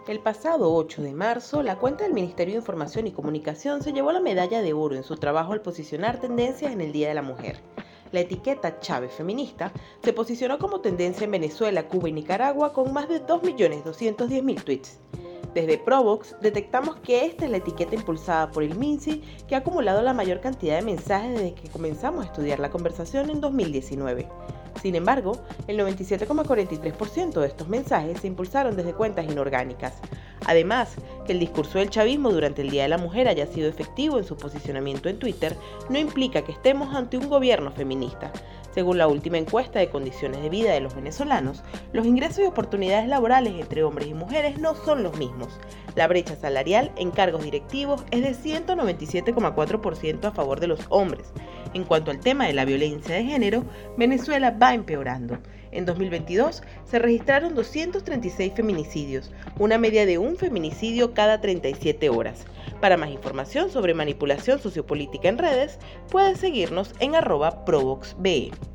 El pasado 8 de marzo, la cuenta del Ministerio de Información y Comunicación se llevó la medalla de oro en su trabajo al posicionar tendencias en el Día de la Mujer. La etiqueta Chávez Feminista se posicionó como tendencia en Venezuela, Cuba y Nicaragua con más de 2.210.000 tweets. Desde Provox detectamos que esta es la etiqueta impulsada por el MINSI que ha acumulado la mayor cantidad de mensajes desde que comenzamos a estudiar la conversación en 2019. Sin embargo, el 97,43% de estos mensajes se impulsaron desde cuentas inorgánicas. Además, que el discurso del chavismo durante el Día de la Mujer haya sido efectivo en su posicionamiento en Twitter no implica que estemos ante un gobierno feminista. Según la última encuesta de condiciones de vida de los venezolanos, los ingresos y oportunidades laborales entre hombres y mujeres no son los mismos. La brecha salarial en cargos directivos es de 197,4% a favor de los hombres. En cuanto al tema de la violencia de género, Venezuela va empeorando. En 2022 se registraron 236 feminicidios, una media de un feminicidio cada 37 horas. Para más información sobre manipulación sociopolítica en redes, puedes seguirnos en @provoxbe.